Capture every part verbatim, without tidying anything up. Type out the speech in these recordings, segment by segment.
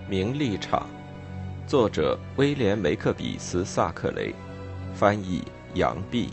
名利场，作者威廉·梅克比斯·萨克雷，翻译杨碧。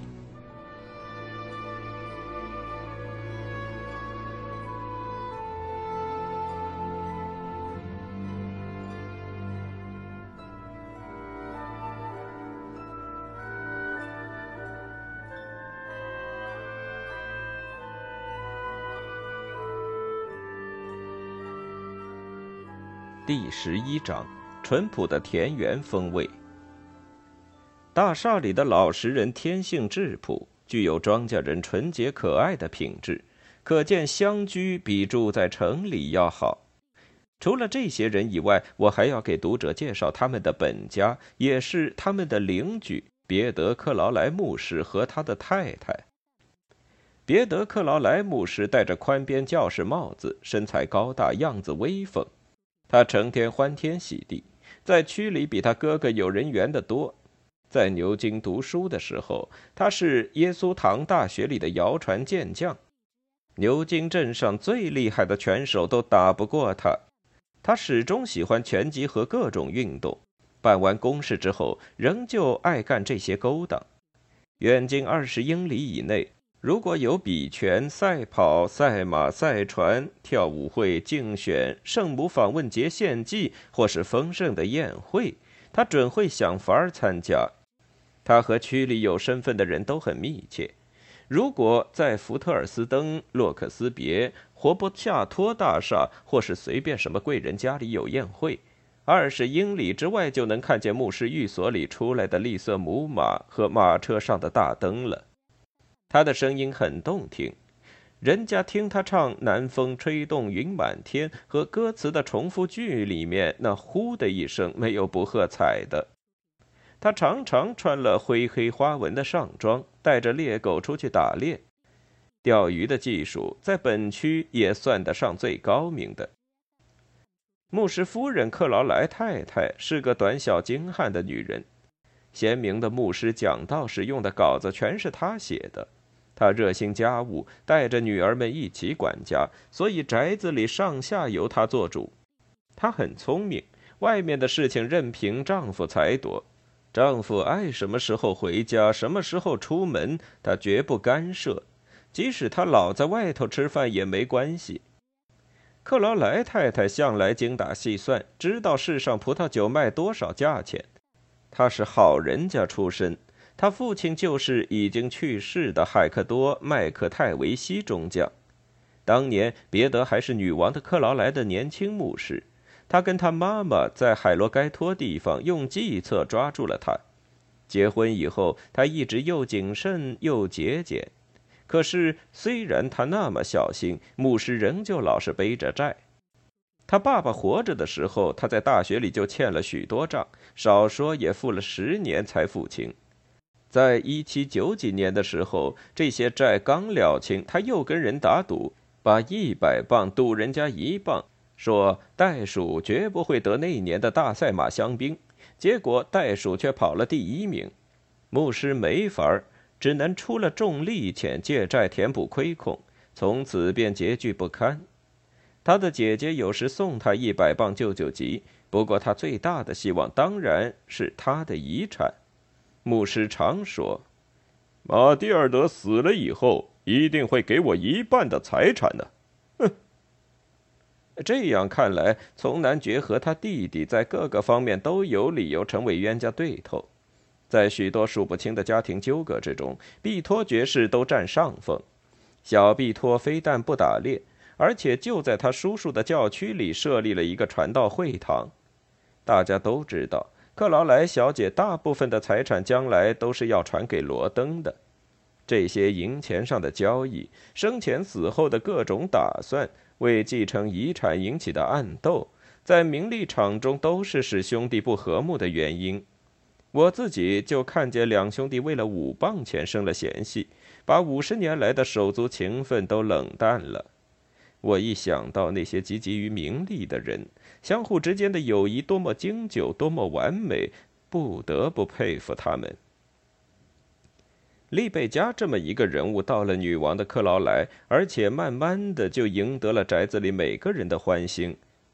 第十一章，淳朴的田园风味。大厦里的老实人天性质朴，具有庄稼人纯洁可爱的品质，可见乡居比住在城里要好。除了这些人以外，我还要给读者介绍他们的本家，也是他们的邻居别德·克劳莱牧师和他的太太。别德·克劳莱牧师戴着宽边教士帽子，身材高大，样子威风。他成天欢天喜地，在区里比他哥哥有人缘的多。在牛津读书的时候，他是耶稣堂大学里的谣传健将，牛津镇上最厉害的拳手都打不过他。他始终喜欢拳击和各种运动，办完公事之后，仍旧爱干这些勾当。远近二十英里以内，如果有比拳、赛跑、赛马、赛船、跳舞会、竞选、圣母访问节献祭，或是丰盛的宴会，他准会想法参加。他和区里有身份的人都很密切。如果在福特尔斯登、洛克斯别、活伯夏托大厦，或是随便什么贵人家里有宴会，二十英里之外就能看见牧师寓所里出来的绿色母马和马车上的大灯了。他的声音很动听，人家听他唱南风吹动云满天和歌词的重复句里面那呼的一声没有不喝彩的。他常常穿了灰黑花纹的上装，带着猎狗出去打猎。钓鱼的技术在本区也算得上最高明的。牧师夫人克劳莱太太是个短小精悍的女人，贤明的牧师讲道时用的稿子全是她写的。他热心家务，带着女儿们一起管家，所以宅子里上下由他做主。他很聪明，外面的事情任凭丈夫裁夺。丈夫爱什么时候回家，什么时候出门，他绝不干涉，即使他老在外头吃饭也没关系。克劳莱太太向来精打细算，知道世上葡萄酒卖多少价钱。她是好人家出身，他父亲就是已经去世的海克多·麦克泰维西中将。当年别德还是女王的克劳莱的年轻牧师，他跟他妈妈在海罗该托地方用计策抓住了他。结婚以后，他一直又谨慎又节俭。可是虽然他那么小心，牧师仍旧老是背着债。他爸爸活着的时候，他在大学里就欠了许多账，少说也付了十年才付清。在一七九几年的时候，这些债刚了清，他又跟人打赌，把一百磅赌人家一磅，说袋鼠绝不会得那一年的大赛马香槟。结果袋鼠却跑了第一名。牧师没法，只能出了重利钱借债填补亏空，从此便拮据不堪。他的姐姐有时送他一百磅救救急，不过他最大的希望当然是他的遗产。牧师常说，马蒂尔德死了以后一定会给我一半的财产的。哼，这样看来，从男爵和他弟弟在各个方面都有理由成为冤家对头。在许多数不清的家庭纠葛之中，毕托爵士都占上风。小毕托非但不打猎，而且就在他叔叔的教区里设立了一个传道会堂。大家都知道，克劳莱小姐大部分的财产将来都是要传给罗登的。这些银钱上的交易，生前死后的各种打算，为继承遗产引起的暗斗，在名利场中都是使兄弟不和睦的原因。我自己就看见两兄弟为了五磅钱生了嫌隙，把五十年来的手足情分都冷淡了。我一想到那些汲汲于名利的人，相互之间的友谊多么经久，多么完美，不得不佩服他们。利贝加这么一个人物到了女王的克劳莱，而且慢慢的就赢得了宅子里每个人的欢心，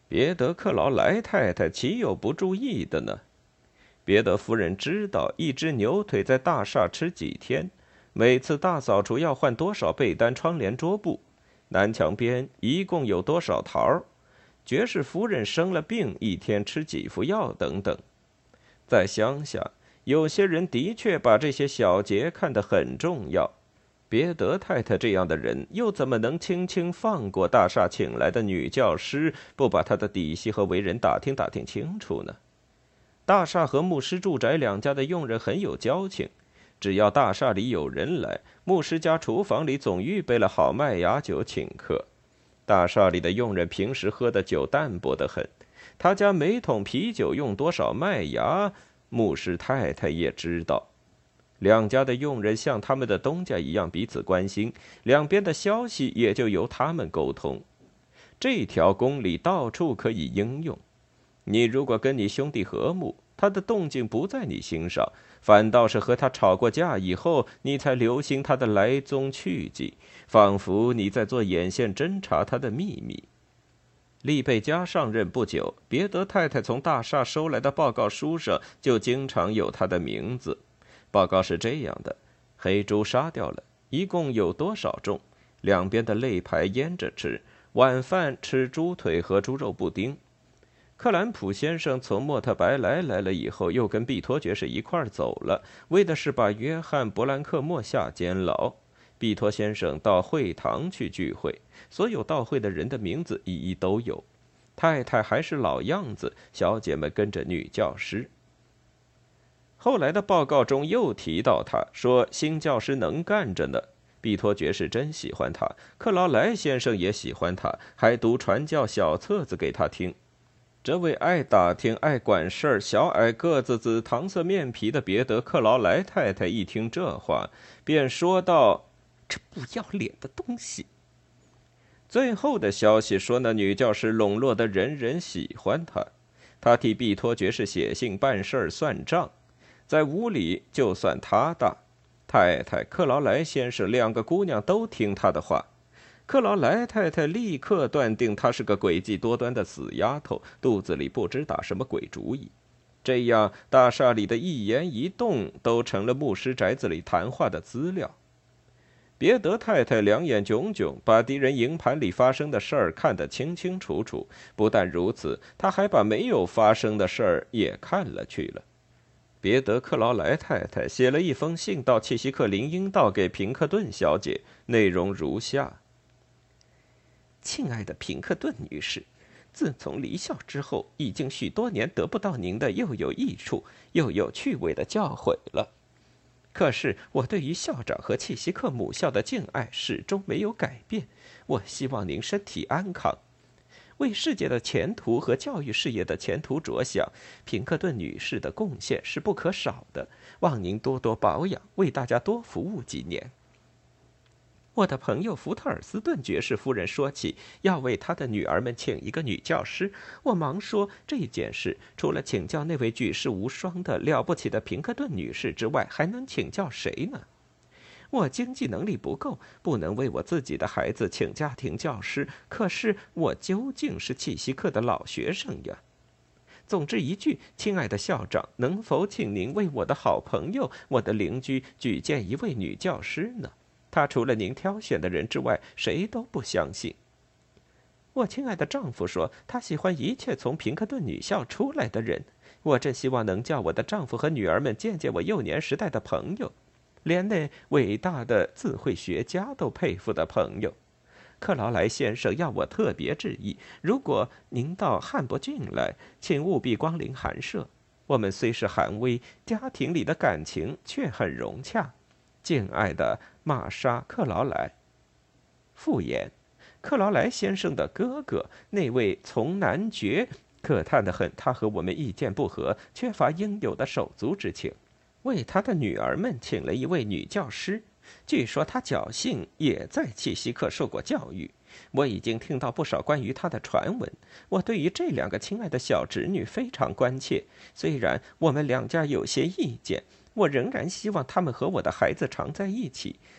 别德克劳莱太太岂有不注意的呢？别德夫人知道一只牛腿在大厦吃几天，每次大扫除要换多少被单、窗帘、桌布，南墙边一共有多少桃，爵士夫人生了病一天吃几副药等等。在乡下，有些人的确把这些小节看得很重要。别德太太这样的人，又怎么能轻轻放过大厦请来的女教师，不把她的底细和为人打听打听清楚呢？大厦和牧师住宅两家的佣人很有交情，只要大厦里有人来，牧师家厨房里总预备了好麦芽酒请客。大厦里的佣人平时喝的酒淡薄得很，他家每桶啤酒用多少麦芽，牧师太太也知道。两家的佣人像他们的东家一样彼此关心，两边的消息也就由他们沟通。这条公理到处可以应用。你如果跟你兄弟和睦，他的动静不在你心上，反倒是和他吵过架以后，你才留心他的来踪去迹，仿佛你在做眼线侦查他的秘密。利贝加上任不久，别德太太从大厦收来的报告书上就经常有他的名字。报告是这样的：黑猪杀掉了，一共有多少重？两边的肋排腌着吃，晚饭吃猪腿和猪肉布丁。克兰普先生从莫特白莱来了以后，又跟毕托爵士一块儿走了，为的是把约翰·伯兰克莫下监牢。毕托先生到会堂去聚会，所有到会的人的名字一一都有。太太还是老样子，小姐们跟着女教师。后来的报告中又提到他，说新教师能干着呢。毕托爵士真喜欢他，克劳莱先生也喜欢他，还读传教小册子给他听。这位爱打听、爱管事儿、小矮个子、紫糖色面皮的别德克劳莱太太一听这话，便说道：“这不要脸的东西！”最后的消息说，那女教师笼络的人人喜欢她，她替毕托爵士写信、办事儿、算账。在屋里，就算他大，太太、克劳莱先生两个姑娘都听他的话。克劳莱太太立刻断定她是个诡计多端的死丫头，肚子里不知打什么鬼主意。这样，大厦里的一言一动都成了牧师宅子里谈话的资料。别德太太两眼炯炯，把敌人营盘里发生的事儿看得清清楚楚。不但如此，她还把没有发生的事儿也看了去了。别德克劳莱太太写了一封信到契西克林荫道给平克顿小姐，内容如下：亲爱的平克顿女士，自从离校之后，已经许多年得不到您的又有益处又有趣味的教诲了。可是我对于校长和契西克母校的敬爱始终没有改变。我希望您身体安康。为世界的前途和教育事业的前途着想，平克顿女士的贡献是不可少的。望您多多保养，为大家多服务几年。我的朋友福特尔斯顿爵士夫人说起要为她的女儿们请一个女教师，我忙说这件事除了请教那位举世无双的了不起的平克顿女士之外，还能请教谁呢？我经济能力不够，不能为我自己的孩子请家庭教师，可是我究竟是契西克的老学生呀。总之一句，亲爱的校长，能否请您为我的好朋友、我的邻居举荐一位女教师呢？她除了您挑选的人之外，谁都不相信。我亲爱的丈夫说，他喜欢一切从平克顿女校出来的人。我真希望能叫我的丈夫和女儿们见见我幼年时代的朋友。连那伟大的智慧学家都佩服的朋友。克劳莱先生要我特别致意，如果您到汉伯郡来，请务必光临寒舍。我们虽是寒微，家庭里的感情却很融洽。敬爱的玛莎·克劳莱。附言：克劳莱先生的哥哥，那位从男爵，可叹得很，他和我们意见不合，缺乏应有的手足之情。为他的女儿们请了一位女教师，据说她侥幸也在契西克受过教育。我已经听到不少关于她的传闻。我对于这两个亲爱的小侄女非常关切，虽然我们两家有些意见，我仍然希望他们和我的孩子常在一起。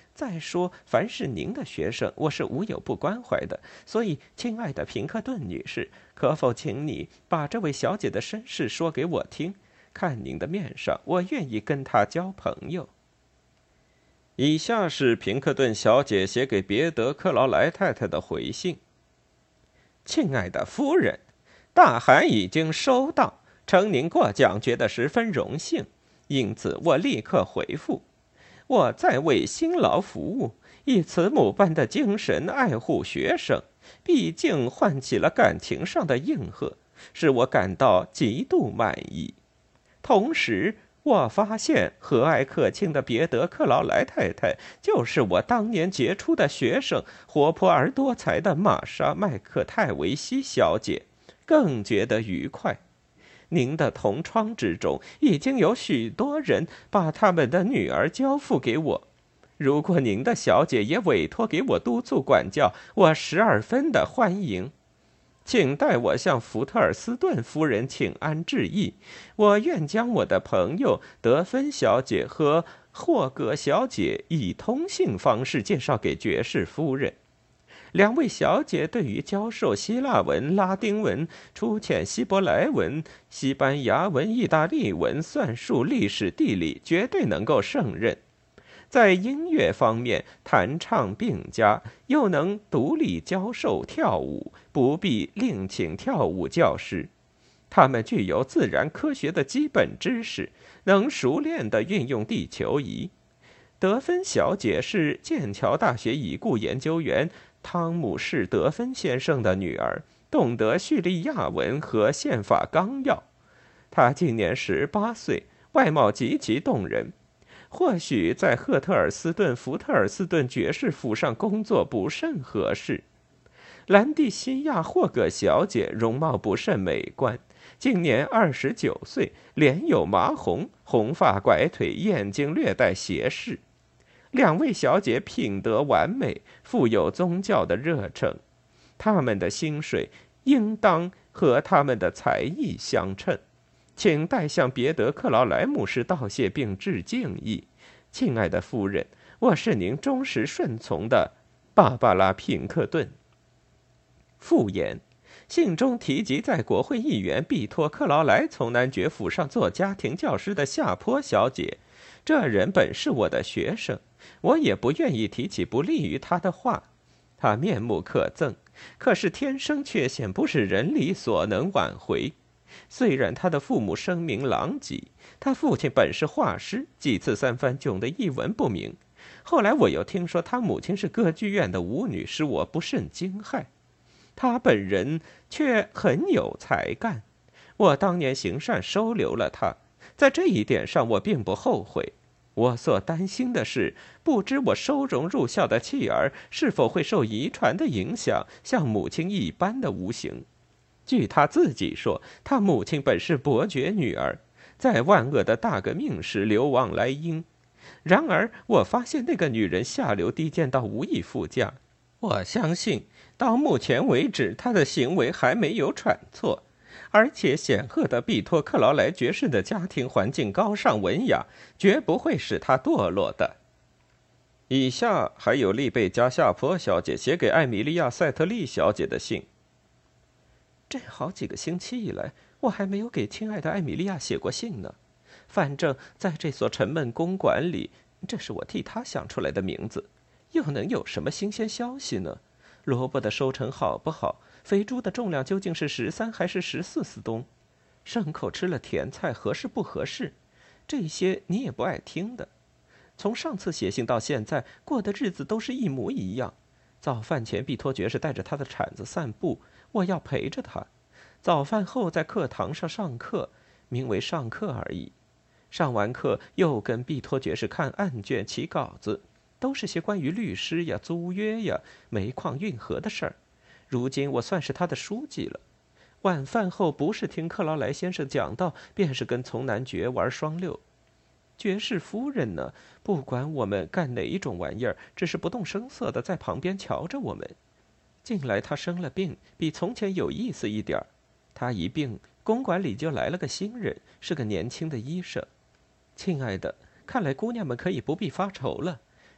再说，凡是您的学生，我是无有不关怀的。所以，亲爱的平克顿女士，可否请你把这位小姐的身世说给我听？看您的面上，我愿意跟她交朋友。以下是平克顿小姐写给别德克劳莱太太的回信：亲爱的夫人，大函已经收到，承您过奖，觉得十分荣幸，因此我立刻回复。我在为辛劳服务，以慈母般的精神爱护学生，毕竟唤起了感情上的应和，使我感到极度满意。同时，我发现和蔼可亲的别德克劳莱太太就是我当年杰出的学生，活泼而多才的玛莎麦克泰维西小姐，更觉得愉快。您的同窗之中已经有许多人把他们的女儿交付给我，如果您的小姐也委托给我督促管教，我十二分的欢迎。请代我向福特尔斯顿夫人请安致意，我愿将我的朋友德芬小姐和霍格小姐以通信方式介绍给爵士夫人。两位小姐对于教授希腊文、拉丁文、初浅希伯来文、西班牙文、意大利文、算术、历史、地理绝对能够胜任。在音乐方面，弹唱并佳，又能独立教授跳舞，不必另请跳舞教师。他们具有自然科学的基本知识，能熟练地运用地球仪。德芬小姐是剑桥大学已故研究员汤姆士·德芬先生的女儿，懂得叙利亚文和宪法纲要。她今年十八岁，外貌极其动人。或许在赫特尔斯顿福特尔斯顿爵士府上工作不甚合适。兰蒂西亚霍格小姐容貌不甚美观，今年二十九岁，脸有麻红，红发拐腿，眼睛略带斜视。两位小姐品德完美，富有宗教的热忱，她们的薪水应当和她们的才艺相称。请代向别德克劳莱姆士道谢并致敬意，亲爱的夫人，我是您忠实顺从的芭芭拉·品克顿。附言：信中提及在国会议员毕托克劳莱从男爵府上做家庭教师的夏坡小姐，这人本是我的学生，我也不愿意提起不利于他的话。他面目可憎，可是天生缺陷不是人力所能挽回。虽然他的父母声名狼藉，他父亲本是画师，几次三番囧得一文不名。后来我又听说他母亲是歌剧院的舞女，使我不甚惊骇。他本人却很有才干，我当年行善收留了他，在这一点上我并不后悔。我所担心的是，不知我收容入校的弃儿是否会受遗传的影响，像母亲一般的无形。据他自己说，他母亲本是伯爵女儿，在万恶的大革命时流亡来英。然而我发现那个女人下流低贱到无以复加。我相信到目前为止她的行为还没有喘错，而且显赫的毕托克劳莱爵士的家庭环境高尚文雅，绝不会使她堕落的。以下还有利贝加夏坡小姐写给艾米莉亚塞特利小姐的信。这好几个星期以来，我还没有给亲爱的艾米莉亚写过信呢。反正在这所沉闷公馆里，这是我替她想出来的名字，又能有什么新鲜消息呢？萝卜的收成好不好？肥猪的重量究竟是十三还是十四斯东？牲口吃了甜菜合适不合适？这些你也不爱听的。从上次写信到现在，过的日子都是一模一样。早饭前，毕托爵士带着他的铲子散步，我要陪着他。早饭后，在课堂上上课，名为上课而已。上完课，又跟毕托爵士看案卷、起稿子，都是些关于律师呀、租约呀、煤矿运河的事儿。如今我算是他的书记了。晚饭后，不是听克劳莱先生讲道，便是跟从男爵玩双溜。爵士夫人呢，不管我们干哪一种玩意儿，只是不动声色地在旁边瞧着我们。近来她生了病，比从前有意思一点儿。她一病，公馆里就来了个新人，是个年轻的医生。亲爱的，看来姑娘们可以不必发愁了。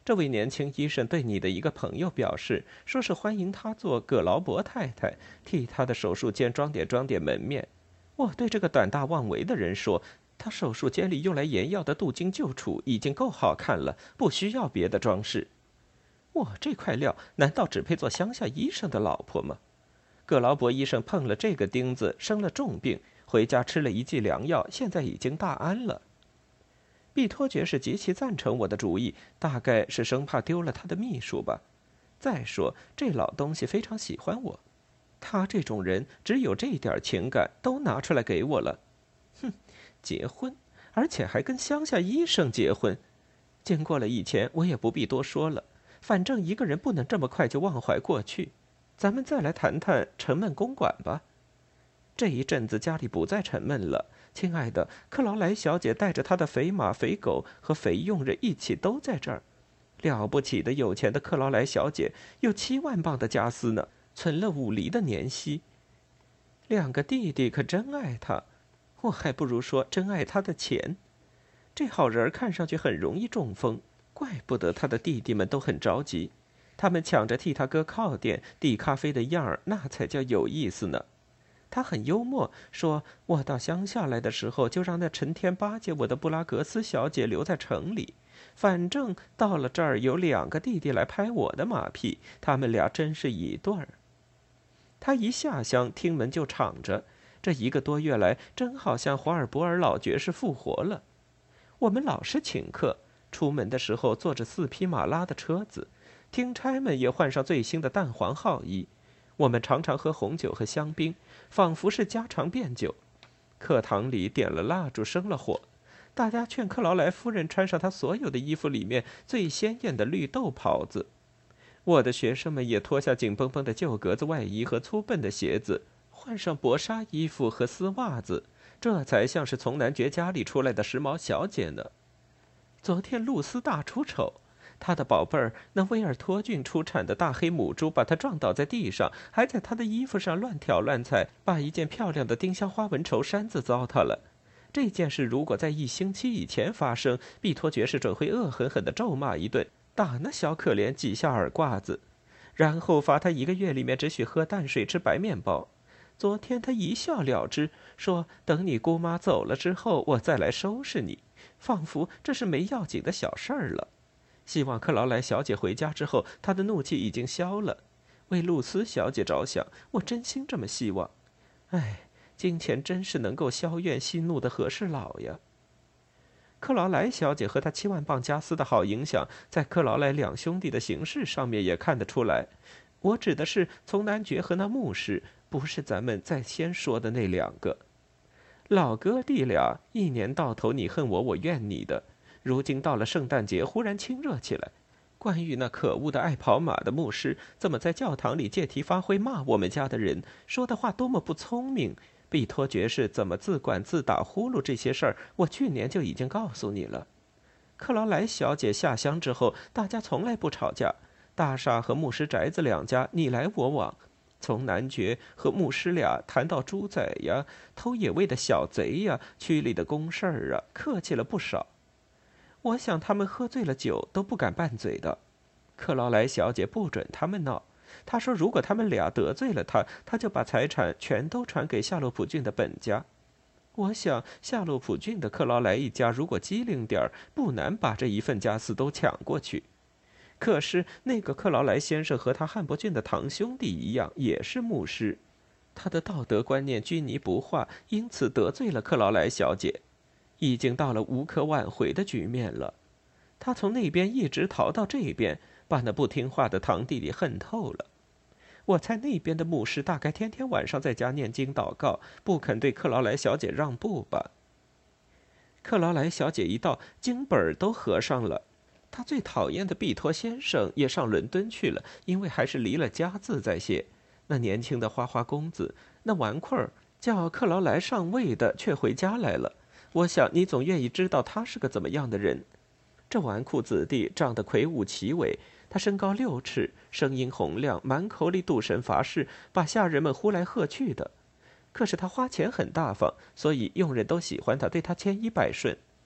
这位年轻医生对你的一个朋友表示，说是欢迎他做葛劳伯太太，替他的手术间装点装点门面。我对这个胆大妄为的人说，他手术间里用来研药的镀金旧杵已经够好看了，不需要别的装饰。我这块料难道只配做乡下医生的老婆吗？葛劳伯医生碰了这个钉子，生了重病，回家吃了一剂良药，现在已经大安了。毕托爵士极其赞成我的主意，大概是生怕丢了他的秘书吧。再说，这老东西非常喜欢我，他这种人只有这点情感都拿出来给我了。哼，结婚，而且还跟乡下医生结婚。经过了以前，我也不必多说了。反正一个人不能这么快就忘怀过去。咱们再来谈谈沉闷公馆吧。这一阵子家里不再沉闷了。亲爱的，克劳莱小姐带着她的肥马、肥狗和肥佣人一起都在这儿。了不起的有钱的克劳莱小姐有七万磅的家私呢，存了五厘的年息。两个弟弟可真爱她，我还不如说真爱她的钱。这好人看上去很容易中风，怪不得他的弟弟们都很着急。他们抢着替他割靠垫、递咖啡的样儿，那才叫有意思呢。他很幽默，说我到乡下来的时候，就让那成天巴结我的布拉格斯小姐留在城里。反正到了这儿，有两个弟弟来拍我的马屁，他们俩真是一对儿。他一下乡，厅门就敞着。这一个多月来，真好像华尔博尔老爵士复活了。我们老是请客，出门的时候坐着四匹马拉的车子，听差们也换上最新的淡黄号衣。我们常常喝红酒和香槟，仿佛是家常便酒。课堂里点了蜡烛，生了火，大家劝克劳莱夫人穿上她所有的衣服里面最鲜艳的绿豆袍子。我的学生们也脱下紧绷绷的旧格子外衣和粗笨的鞋子，换上薄纱衣服和丝袜子，这才像是从男爵家里出来的时髦小姐呢。昨天露丝大出丑，他的宝贝儿那威尔托郡出产的大黑母猪把他撞倒在地上，还在他的衣服上乱挑乱踩，把一件漂亮的丁香花纹绸衫子糟蹋了。这件事如果在一星期以前发生，毕托爵士准会恶狠狠地咒骂一顿，打那小可怜几下耳刮子，然后罚他一个月里面只许喝淡水吃白面包。昨天他一笑了之，说等你姑妈走了之后，我再来收拾你，仿佛这是没要紧的小事儿了。希望克劳莱小姐回家之后，她的怒气已经消了。为露丝小姐着想，我真心这么希望。唉，金钱真是能够消怨息怒的和事佬呀。克劳莱小姐和她七万磅家私的好影响，在克劳莱两兄弟的行事上面也看得出来。我指的是从男爵和那牧师，不是咱们在先说的那两个。老哥弟俩一年到头你恨我，我怨你的，如今到了圣诞节忽然亲热起来。关于那可恶的爱跑马的牧师怎么在教堂里借题发挥骂我们家的人，说的话多么不聪明，毕托爵士怎么自管自打呼噜，这些事儿我去年就已经告诉你了。克劳莱小姐下乡之后，大家从来不吵架，大厦和牧师宅子两家你来我往，从男爵和牧师俩谈到猪仔呀、偷野味的小贼呀、区里的公事儿啊，客气了不少。我想他们喝醉了酒都不敢拌嘴的。克劳莱小姐不准他们闹，她说如果他们俩得罪了她，她就把财产全都传给夏洛普郡的本家。我想夏洛普郡的克劳莱一家如果机灵点儿，不难把这一份家私都抢过去。可是那个克劳莱先生和他汉伯郡的堂兄弟一样，也是牧师，他的道德观念拘泥不化，因此得罪了克劳莱小姐。已经到了无可挽回的局面了。他从那边一直逃到这边，把那不听话的堂弟弟恨透了。我猜那边的牧师大概天天晚上在家念经祷告，不肯对克劳莱小姐让步吧。克劳莱小姐一到，经本都合上了。她最讨厌的毕托先生也上伦敦去了，因为还是离了家字在些。那年轻的花花公子，那纨绔儿叫克劳莱上位的，却回家来了。我想你总愿意知道他是个怎么样的人。这纨绔子弟长得魁梧奇伟，他身高六尺，声音洪亮，满口里赌神法事，把下人们呼来喝去的。可是他花钱很大方，所以佣人都喜欢他，对他千依百顺。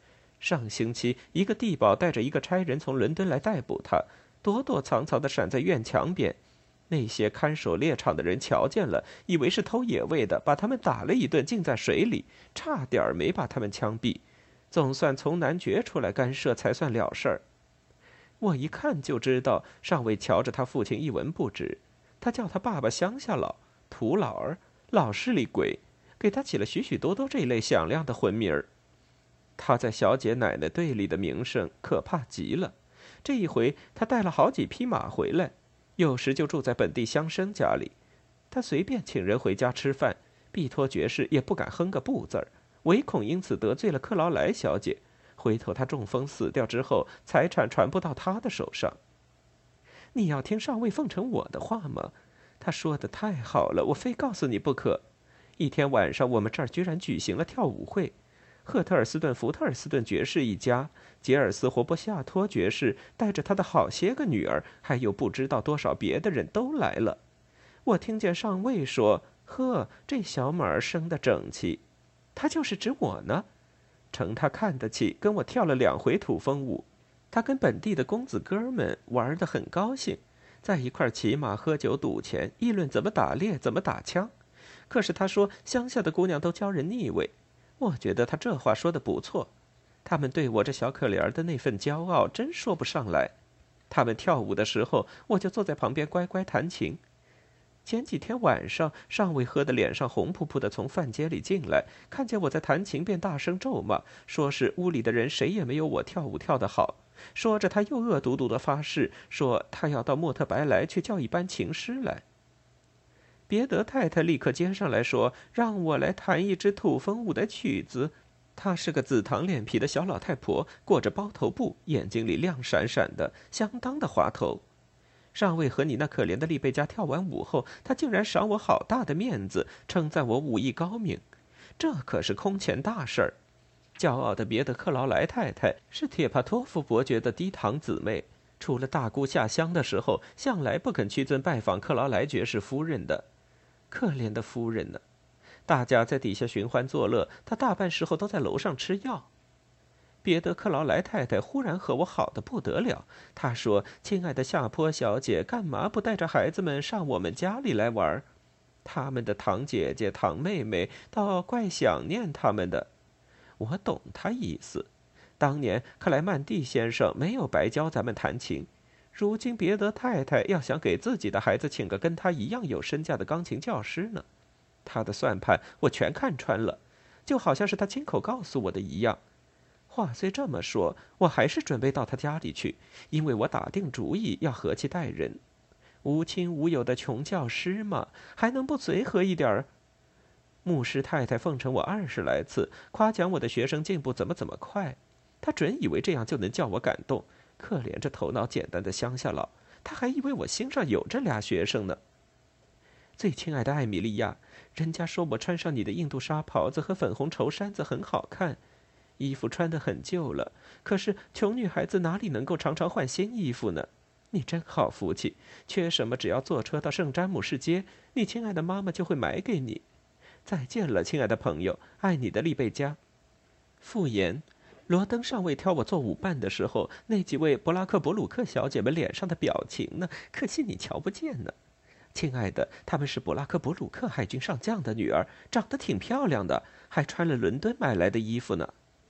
上星期，一个地保带着一个差人从伦敦来逮捕他，躲躲藏藏地闪在院墙边。那些看守猎场的人瞧见了，以为是偷野味的，把他们打了一顿，浸在水里，差点没把他们枪毙。总算从男爵出来干涉，才算了事儿。我一看就知道，上尉瞧着他父亲一文不值，他叫他爸爸乡下佬、土老儿、老势力鬼，给他起了许许多多这一类响亮的混名儿。他在小姐奶奶队里的名声可怕极了。这一回，他带了好几匹马回来，有时就住在本地乡绅家里。他随便请人回家吃饭，毕托爵士也不敢哼个不字儿，唯恐因此得罪了克劳莱小姐。回头他中风死掉之后，财产传不到他的手上。你要听上尉奉承我的话吗？他说的太好了，我非告诉你不可。一天晚上，我们这儿居然举行了跳舞会。赫特尔斯顿·福特尔斯顿爵士一家，杰尔斯·活伯夏托爵士带着他的好些个女儿，还有不知道多少别的人都来了。我听见上尉说：“呵，这小马儿生得整齐。”他就是指我呢。承他看得起，跟我跳了两回土风舞。他跟本地的公子哥们玩得很高兴，在一块骑马、喝酒、赌钱，议论怎么打猎、怎么打枪。可是他说乡下的姑娘都教人腻味。我觉得他这话说得不错，他们对我这小可怜的那份骄傲真说不上来。他们跳舞的时候，我就坐在旁边乖乖弹琴。前几天晚上，上尉喝得脸上红扑扑的从饭间里进来，看见我在弹琴，便大声咒骂，说是屋里的人谁也没有我跳舞跳得好。说着，他又恶毒毒地发誓，说他要到莫特白莱去叫一班琴师来。别德太太立刻接上来说，让我来弹一支土风舞的曲子。她是个紫糖脸皮的小老太婆，裹着包头布，眼睛里亮闪闪的，相当的滑头。上尉和你那可怜的丽贝加跳完舞后，他竟然赏我好大的面子，称赞我武艺高明，这可是空前大事儿。骄傲的别德克劳莱太太是铁帕托夫伯爵的低堂姊妹，除了大姑下乡的时候，向来不肯屈尊拜访克劳莱爵士夫人的。可怜的夫人呢，大家在底下寻欢作乐，她大半时候都在楼上吃药。别德克劳莱太太忽然和我好得不得了，她说：“亲爱的夏坡小姐，干嘛不带着孩子们上我们家里来玩？他们的堂姐姐、堂妹妹倒怪想念他们的。”我懂她意思。当年克莱曼蒂先生没有白教咱们弹琴，如今别德太太要想给自己的孩子请个跟他一样有身价的钢琴教师呢。他的算盘我全看穿了，就好像是他亲口告诉我的一样。话虽这么说，我还是准备到他家里去，因为我打定主意要和气待人。无亲无友的穷教师嘛，还能不随和一点儿？牧师太太奉承我二十来次，夸奖我的学生进步怎么怎么快，他准以为这样就能叫我感动。可怜这头脑简单的乡下佬，他还以为我心上有这俩学生呢。最亲爱的艾米莉亚，人家说我穿上你的印度纱袍子和粉红绸衫子很好看，衣服穿得很旧了，可是穷女孩子哪里能够常常换新衣服呢？你真好福气，缺什么只要坐车到圣詹姆士街，你亲爱的妈妈就会买给你。再见了，亲爱的朋友，爱你的丽贝加。复言，罗登上尉挑我做舞伴的时候，那几位布拉克伯鲁克小姐们脸上的表情呢？可惜你瞧不见呢。亲爱的，她们是布拉克伯鲁克海军上将的女儿，长得挺漂亮的，还穿了伦敦买来的衣服呢。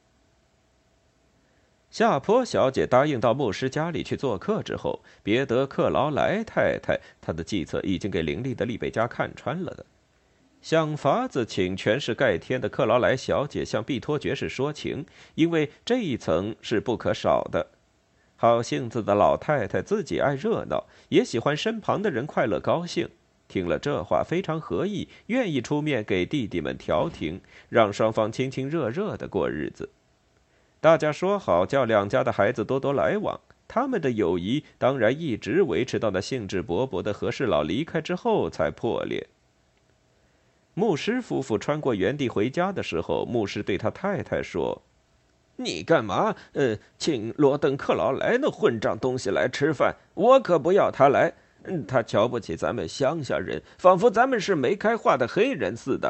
夏坡小姐答应到牧师家里去做客之后，别德克劳莱太太她的计策已经给伶俐的丽贝加看穿了的。想法子请权势盖天的克劳莱小姐向毕托爵士说情，因为这一层是不可少的。好性子的老太太自己爱热闹，也喜欢身旁的人快乐高兴。听了这话非常合意，愿意出面给弟弟们调停，让双方亲亲热热的过日子。大家说好叫两家的孩子多多来往，他们的友谊当然一直维持到那兴致勃勃的和事佬离开之后才破裂。牧师夫妇穿过原地回家的时候，牧师对他太太说：“你干嘛？呃，请罗登克劳莱那混账东西来吃饭？我可不要他来。嗯，他瞧不起咱们乡下人，仿佛咱们是没开化的黑人似的。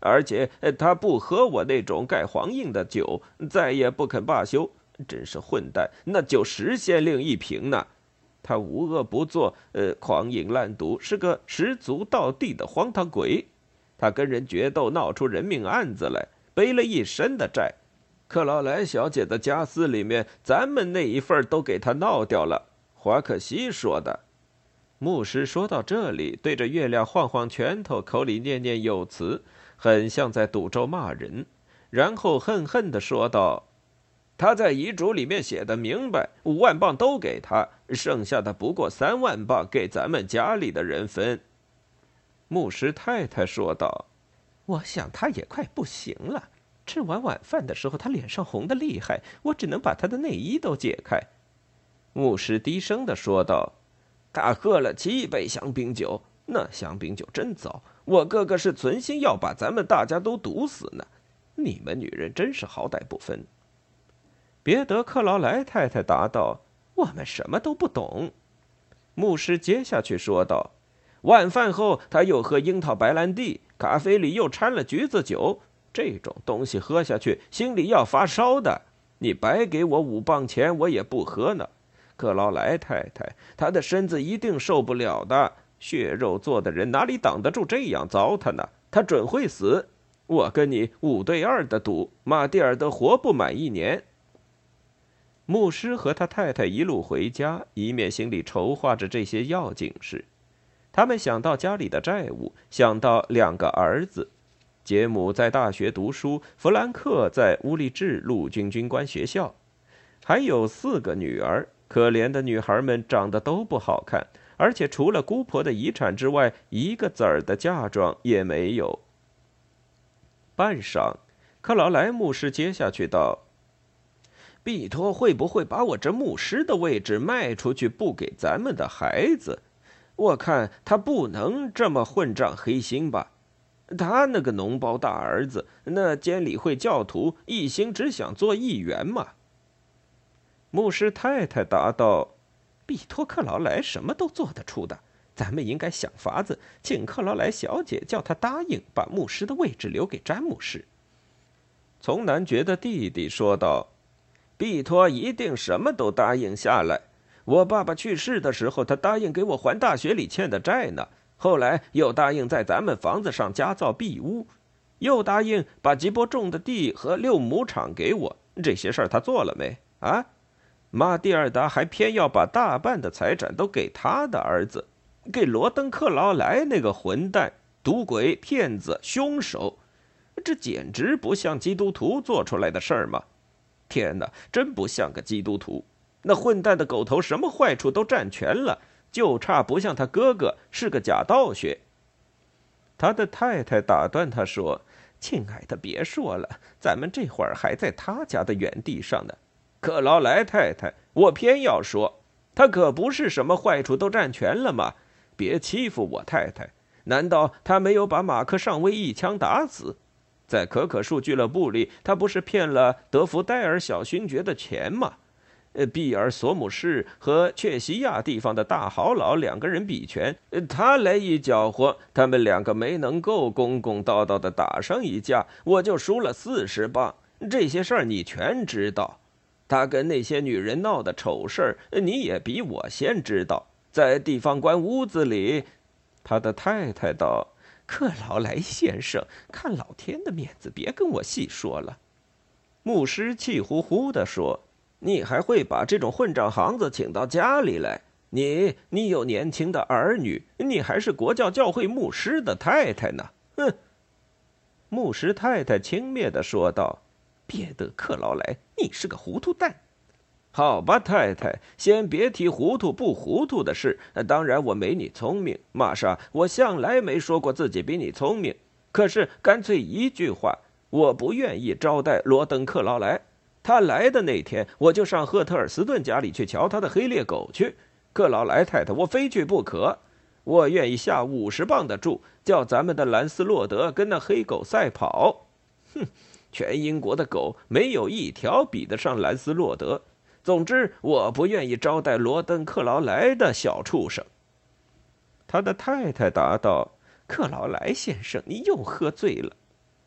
而且他不喝我那种盖黄印的酒，再也不肯罢休。真是混蛋！那酒十先令一瓶呢。他无恶不作，呃，狂饮滥赌，是个十足到地的荒唐鬼。他跟人决斗，闹出人命案子来，背了一身的债。克劳莱小姐的家私里面，咱们那一份都给他闹掉了。华克西说的。牧师说到这里，对着月亮晃晃拳头，口里念念有词，很像在赌咒骂人，然后恨恨地说道：他在遗嘱里面写的明白，五万镑都给他，剩下的不过三万镑给咱们家里的人分。牧师太太说道：我想他也快不行了，吃完晚饭的时候他脸上红得厉害，我只能把他的内衣都解开。牧师低声地说道：他喝了七杯香槟酒，那香槟酒真糟，我哥哥是存心要把咱们大家都毒死呢。你们女人真是好歹不分。别德克劳莱太太答道：我们什么都不懂。牧师接下去说道：晚饭后他又喝樱桃白兰地，咖啡里又掺了橘子酒，这种东西喝下去心里要发烧的。你白给我五磅钱我也不喝呢。克劳莱太太她的身子一定受不了的，血肉做的人哪里挡得住这样糟蹋呢？她准会死。我跟你五对二的赌，马蒂尔德活不满一年。牧师和他太太一路回家，一面心里筹划着这些要紧事。他们想到家里的债务，想到两个儿子，杰姆在大学读书，弗兰克在乌利治陆军军官学校，还有四个女儿。可怜的女孩们长得都不好看，而且除了姑婆的遗产之外，一个子儿的嫁妆也没有。半晌，克劳莱牧师接下去道：毕托会不会把我这牧师的位置卖出去，不给咱们的孩子？我看他不能这么混账黑心吧。他那个脓包大儿子，那监理会教徒，一心只想做议员嘛。牧师太太答道：毕托克劳莱什么都做得出的，咱们应该想法子请克劳莱小姐叫他答应把牧师的位置留给詹姆士。从男爵的弟弟说道：毕托一定什么都答应下来。我爸爸去世的时候，他答应给我还大学里欠的债呢，后来又答应在咱们房子上加造壁屋，又答应把吉波种的地和六亩场给我。这些事儿他做了没啊？马蒂尔达还偏要把大半的财产都给他的儿子，给罗登克劳莱那个混蛋、赌鬼、骗子、凶手。这简直不像基督徒做出来的事儿吗？天哪，真不像个基督徒！那混蛋的狗头什么坏处都占全了，就差不像他哥哥是个假道学。他的太太打断他说：亲爱的，别说了，咱们这会儿还在他家的原地上呢。克劳莱太太，我偏要说，他可不是什么坏处都占全了吗？别欺负我太太，难道他没有把马克上尉一枪打死？在可可树俱乐部里，他不是骗了德福戴尔小勋爵的钱吗？呃，毕尔索姆市和雀西亚地方的大豪佬两个人比拳，他来一搅和，他们两个没能够公公道道的打上一架，我就输了四十磅。这些事儿你全知道。他跟那些女人闹的丑事儿，你也比我先知道。在地方官屋子里，他的太太道：克劳莱先生，看老天的面子，别跟我细说了。牧师气呼呼地说：你还会把这种混账行子请到家里来？你你有年轻的儿女，你还是国教教会牧师的太太呢。哼！牧师太太轻蔑地说道：别得克劳莱，你是个糊涂蛋。好吧，太太，先别提糊涂不糊涂的事。当然我没你聪明，玛莎，我向来没说过自己比你聪明。可是干脆一句话，我不愿意招待罗登克劳莱。他来的那天，我就上赫特尔斯顿家里去瞧他的黑猎狗去。克劳莱太太，我非去不可。我愿意下五十磅的注，叫咱们的兰斯洛德跟那黑狗赛跑。哼！全英国的狗没有一条比得上兰斯洛德。总之，我不愿意招待罗登克劳莱的小畜生。他的太太答道：克劳莱先生，你又喝醉了。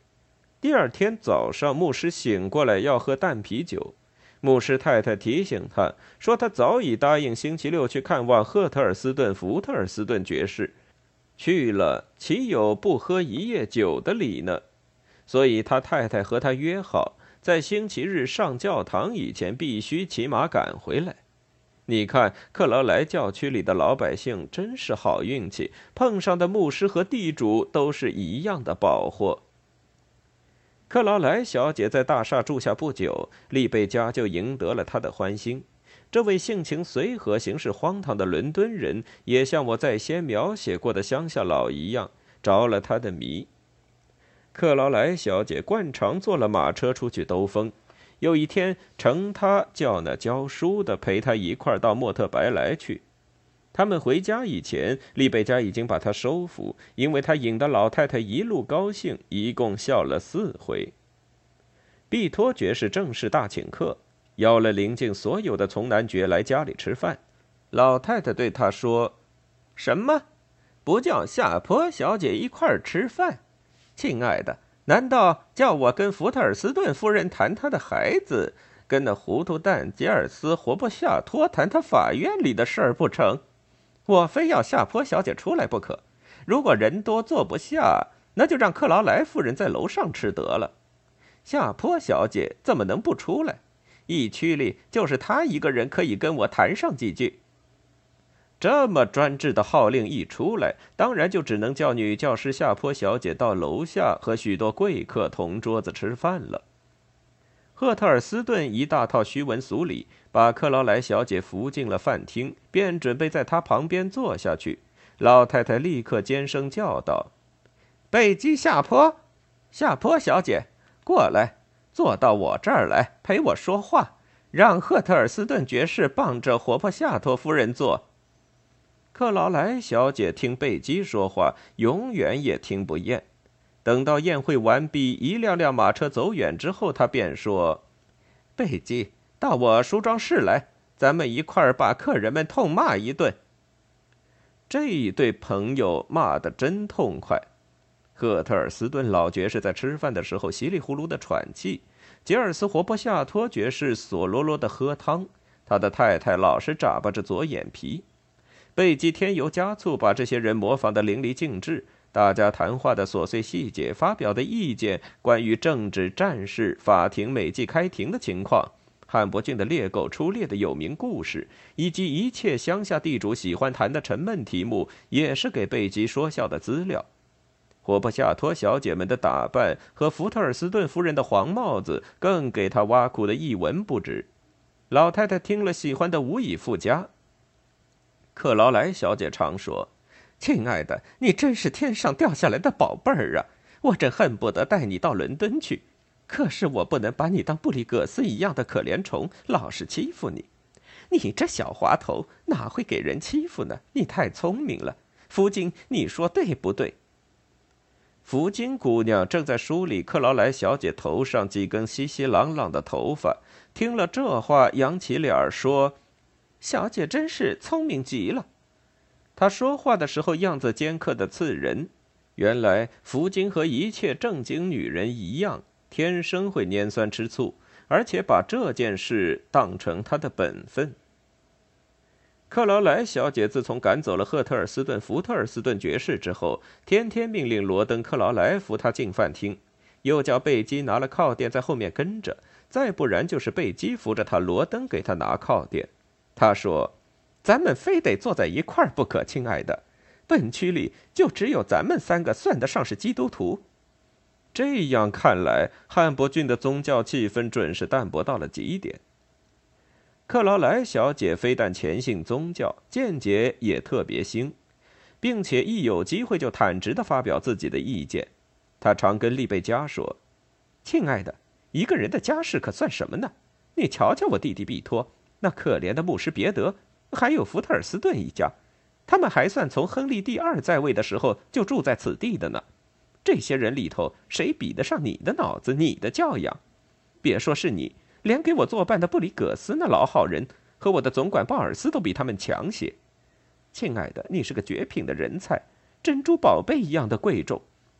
第二天早上，牧师醒过来要喝淡啤酒。牧师太太提醒他说，他早已答应星期六去看望赫特尔斯顿·福特尔斯顿爵士，去了岂有不喝一夜酒的理呢？所以他太太和他约好，在星期日上教堂以前必须骑马赶回来。你看，克劳莱教区里的老百姓真是好运气，碰上的牧师和地主都是一样的宝货。克劳莱小姐在大厦住下不久，丽贝加就赢得了她的欢心。这位性情随和、行事荒唐的伦敦人，也像我在先描写过的乡下佬一样，着了他的迷。克劳莱小姐惯常坐了马车出去兜风，有一天乘他叫那教书的陪他一块儿到莫特白莱去。他们回家以前，丽贝加已经把他收服，因为他引得老太太一路高兴，一共笑了四回。毕托爵士正式大请客，邀了邻近所有的从男爵来家里吃饭。老太太对他说：“什么？不叫夏坡小姐一块儿吃饭？亲爱的，难道叫我跟福特尔斯顿夫人谈她的孩子，跟那糊涂蛋吉尔斯·活伯夏托谈他法院里的事儿不成？我非要夏坡小姐出来不可。如果人多坐不下，那就让克劳莱夫人在楼上吃得了。夏坡小姐怎么能不出来？一区里就是她一个人可以跟我谈上几句。”这么专制的号令一出来，当然就只能叫女教师夏坡小姐到楼下和许多贵客同桌子吃饭了。赫特尔斯顿一大套虚文俗理，把克劳莱小姐扶进了饭厅，便准备在她旁边坐下去。老太太立刻尖声叫道：“贝基夏坡，夏坡小姐，过来，坐到我这儿来，陪我说话。让赫特尔斯顿爵士傍着活泼夏托夫人坐。”克劳莱小姐听贝基说话，永远也听不厌。等到宴会完毕，一辆辆马车走远之后，她便说：“贝基，到我梳妆室来，咱们一块儿把客人们痛骂一顿。”这一对朋友骂得真痛快。赫特尔斯顿老爵士在吃饭的时候稀里呼噜的喘气，吉尔斯活泼夏托爵士索罗罗的喝汤，他的太太老是眨巴着左眼皮。贝基添油加醋，把这些人模仿得淋漓尽致。大家谈话的琐碎细节，发表的意见，关于政治、战事、法庭每季开庭的情况，汉伯郡的猎狗出猎的有名故事，以及一切乡下地主喜欢谈的沉闷题目，也是给贝基说笑的资料。活泼夏托小姐们的打扮和福特尔斯顿夫人的黄帽子，更给他挖苦的一文不值。老太太听了，喜欢的无以复加。克劳莱小姐常说：“亲爱的，你真是天上掉下来的宝贝儿啊！我真恨不得带你到伦敦去，可是我不能把你当布里格斯一样的可怜虫，老是欺负你。你这小滑头哪会给人欺负呢？你太聪明了。福金，你说对不对？”福金姑娘正在梳理克劳莱小姐头上几根稀稀朗朗的头发，听了这话，扬起脸儿说：“小姐真是聪明极了。”她说话的时候样子尖刻的刺人。原来福金和一切正经女人一样，天生会拈酸吃醋，而且把这件事当成她的本分。克劳莱小姐自从赶走了赫特尔斯顿·福特尔斯顿爵士之后，天天命令罗登·克劳莱扶她进饭厅，又叫贝基拿了靠垫在后面跟着，再不然就是贝基扶着他，罗登给他拿靠垫。他说：“咱们非得坐在一块儿不可，亲爱的。本区里就只有咱们三个算得上是基督徒。”这样看来，汉伯郡的宗教气氛准是淡薄到了极点。克劳莱小姐非但虔信宗教，见解也特别新，并且一有机会就坦直地发表自己的意见。她常跟丽贝加说：“亲爱的，一个人的家事可算什么呢？你瞧瞧我弟弟毕托，那可怜的牧师别德，还有福特尔斯顿一家，他们还算从亨利第二在位的时候就住在此地的呢。这些人里头，谁比得上你的脑子，你的教养？别说是你，连给我作伴的布里葛斯那老好人和我的总管鲍尔斯都比他们强些。亲爱的，你是个绝品的人才，珍珠宝贝一样的贵重。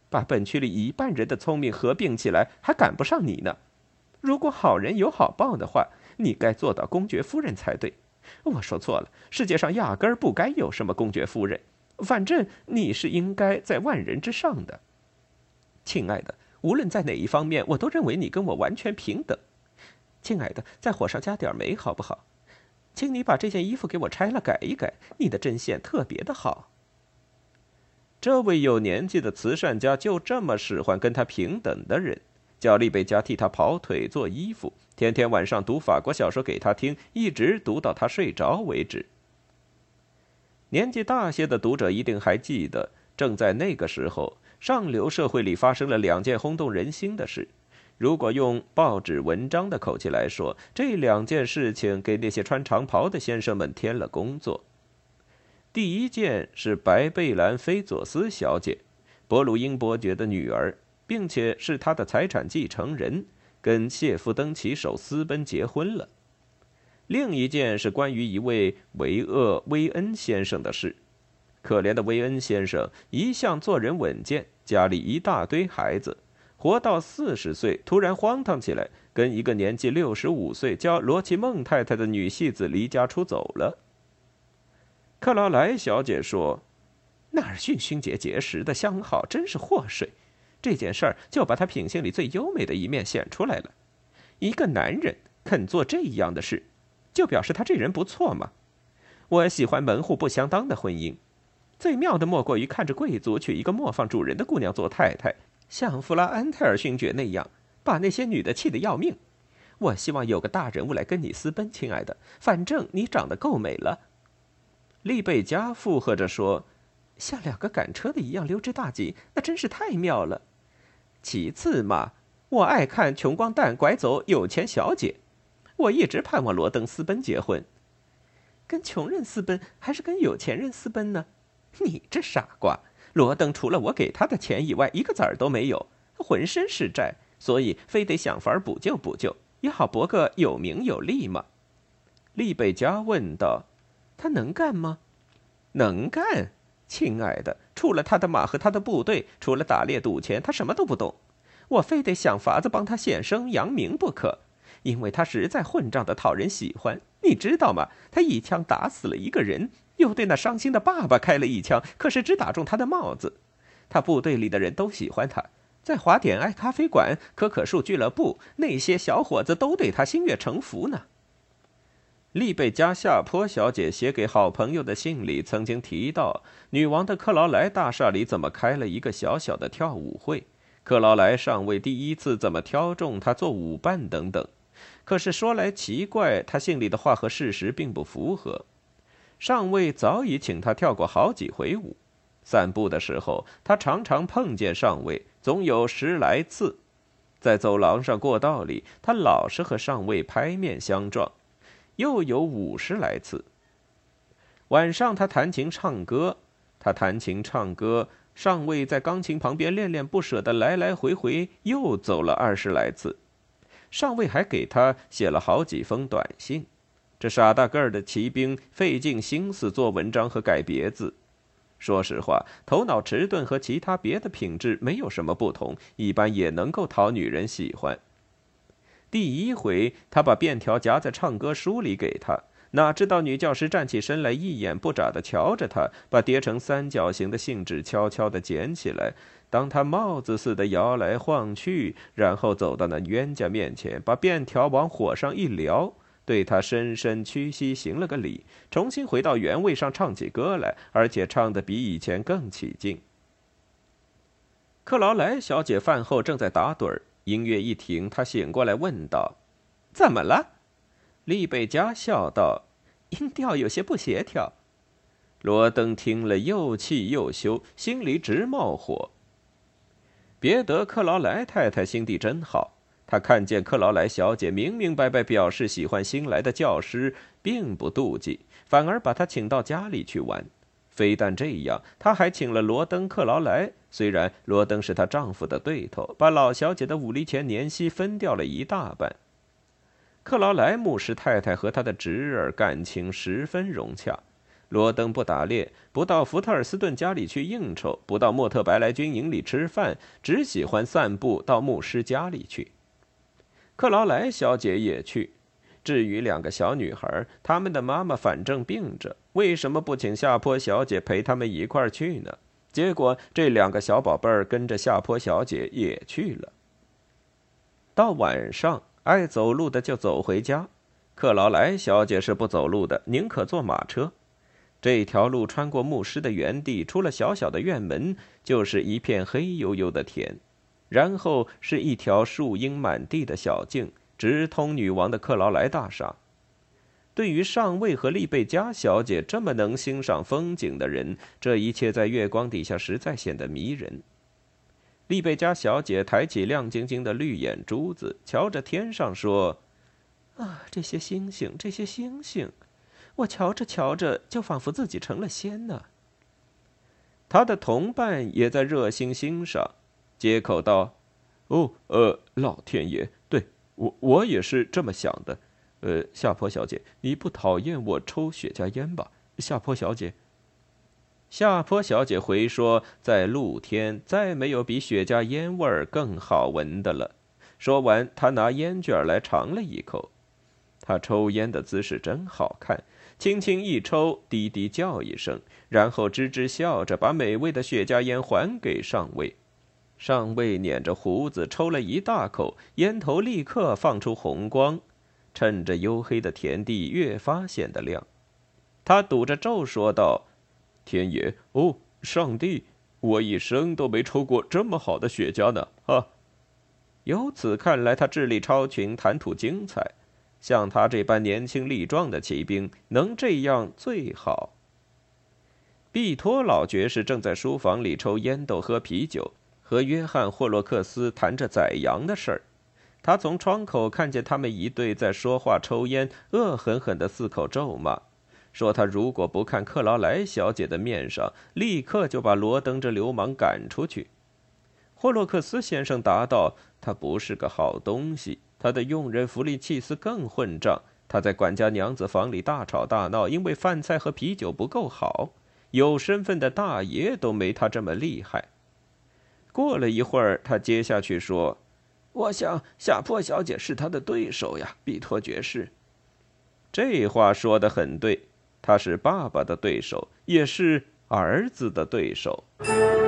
把本区里一半人的聪明合并起来，还赶不上你呢。如果好人有好报的话，你该做到公爵夫人才对。我说错了，世界上压根儿不该有什么公爵夫人，反正你是应该在万人之上的。亲爱的，无论在哪一方面，我都认为你跟我完全平等。亲爱的，在火上加点煤好不好？请你把这件衣服给我拆了改一改，你的针线特别的好。 这位有年纪的慈善家就这么使唤跟他平等的人，叫丽贝加替他跑腿做衣服，天天晚上读法国小说给他听，一直读到他睡着为止。年纪大些的读者一定还记得，正在那个时候，上流社会里发生了两件轰动人心的事。如果用报纸文章的口气来说，这两件事情给那些穿长袍的先生们添了工作。第一件是白贝兰·菲佐斯小姐，博鲁因伯爵的女儿，并且是他的财产继承人，跟谢夫登骑手私奔结婚了。另一件是关于一位维厄·威恩先生的事。可怜的威恩先生一向做人稳健，家里一大堆孩子，活到四十岁，突然荒唐起来，跟一个年纪六十五岁叫罗奇孟太太的女戏子离家出走了。克劳莱小姐说：“ 纳尔逊勋爵结识的相好真是祸水，这件事儿就把他品性里最优美的一面显出来了。一个男人肯做这样的事，就表示他这人不错嘛。我喜欢门户不相当的婚姻，最妙的莫过于看着贵族娶一个磨坊主人的姑娘做太太，像弗拉安泰尔勋爵那样，把那些女的气得要命。我希望有个大人物来跟你私奔，亲爱的，反正你长得够美了。” 丽贝加附和着说：“ 像两个赶车的一样溜之大吉，那真是太妙了。其次嘛，我爱看穷光蛋拐走有钱小姐，我一直盼望罗登私奔结婚。跟穷人私奔还是跟有钱人私奔呢？你这傻瓜，罗登除了我给他的钱以外，一个子儿都没有，浑身是债，所以非得想法补救补救，也好博个有名有利嘛。” 丽贝加问道：“ 他能干吗？”“能干，亲爱的，除了他的马和他的部队，除了打猎赌钱，他什么都不懂。我非得想法子帮他显声扬名不可，因为他实在混账的讨人喜欢。你知道吗？他一枪打死了一个人，又对那伤心的爸爸开了一枪，可是只打中他的帽子。他部队里的人都喜欢他，在华典埃咖啡馆、可可树俱乐部，那些小伙子都对他心悦诚服呢。” 丽贝加夏坡小姐写给好朋友的信里曾经提到，女王的克劳莱大厦里怎么开了一个小小的跳舞会，克劳莱上尉第一次怎么挑中她做舞伴等等。可是说来奇怪，他信里的话和事实并不符合。上尉早已请他跳过好几回舞，散步的时候他常常碰见上尉，总有十来次。在走廊上、过道里，他老是和上尉拍面相撞，又有五十来次。晚上他弹琴唱歌，他弹琴唱歌，上尉在钢琴旁边恋恋不舍地来来回回，又走了二十来次。上尉还给他写了好几封短信。这傻大个儿的骑兵费尽心思做文章和改别字。说实话，头脑迟钝和其他别的品质没有什么不同，一般也能够讨女人喜欢。第一回，他把便条夹在唱歌书里给他，哪知道女教师站起身来，一眼不眨地瞧着他，把叠成三角形的信纸悄悄地捡起来，当他帽子似的摇来晃去，然后走到那冤家面前，把便条往火上一燎，对他深深屈膝行了个礼，重新回到原位上唱起歌来，而且唱得比以前更起劲。克劳莱小姐饭后正在打盹儿，音乐一停，她醒过来问道：“ 怎么了？” 丽贝加笑道：“ 音调有些不协调。” 罗登听了又气又羞，心里直冒火。别得克劳莱太太心地真好，她看见克劳莱小姐明明白白表示喜欢新来的教师，并不妒忌，反而把她请到家里去玩。非但这样，她还请了罗登·克劳莱，虽然罗登是她丈夫的对头，把老小姐的五厘钱年息分掉了一大半。克劳莱牧师太太和她的侄儿感情十分融洽， 罗登不打猎，不到福特尔斯顿家里去应酬，不到莫特白莱军营里吃饭，只喜欢散步到牧师家里去。克劳莱小姐也去。至于两个小女孩，她们的妈妈反正病着，为什么不请夏坡小姐陪她们一块儿去呢？结果这两个小宝贝儿跟着夏坡小姐也去了。到晚上，爱走路的就走回家。克劳莱小姐是不走路的，宁可坐马车。这条路穿过牧师的园地，出了小小的院门，就是一片黑黝黝的田，然后是一条树荫满地的小径，直通女王的克劳莱大厦。对于上尉和丽贝加小姐这么能欣赏风景的人，这一切在月光底下实在显得迷人。丽贝加小姐抬起亮晶晶的绿眼珠子，瞧着天上说：“啊，这些星星，这些星星，我瞧着瞧着，就仿佛自己成了仙呢。”她的同伴也在热心欣赏，接口道：“哦，呃，老天爷，对我，我也是这么想的。呃，夏坡小姐，你不讨厌我抽雪茄烟吧？夏坡小姐。”夏坡小姐回说，在露天再没有比雪茄烟味儿更好闻的了。说完，她拿烟卷来尝了一口。她抽烟的姿势真好看，轻轻一抽，低低叫一声，然后吱吱笑着把美味的雪茄烟还给上尉。上尉捻着胡子抽了一大口，烟头立刻放出红光，趁着黝黑的田地越发显得亮。他赌着咒说道：“天爷，哦，上帝，我一生都没抽过这么好的雪茄呢！”啊，由此看来，他智力超群，谈吐精彩。像他这般年轻力壮的骑兵，能这样最好。毕托老爵士正在书房里抽烟斗、喝啤酒，和约翰·霍洛克斯谈着宰羊的事儿。他从窗口看见他们一对在说话、抽烟，恶狠狠地四口咒骂，说他如果不看克劳莱小姐的面上，立刻就把罗登这流氓赶出去。霍洛克斯先生答道：“他不是个好东西。他的佣人弗利契斯更混账，他在管家娘子房里大吵大闹，因为饭菜和啤酒不够好。有身份的大爷都没他这么厉害。”过了一会儿，他接下去说：“我想夏坡小姐是他的对手呀，比托爵士。”这话说得很对，他是爸爸的对手，也是儿子的对手。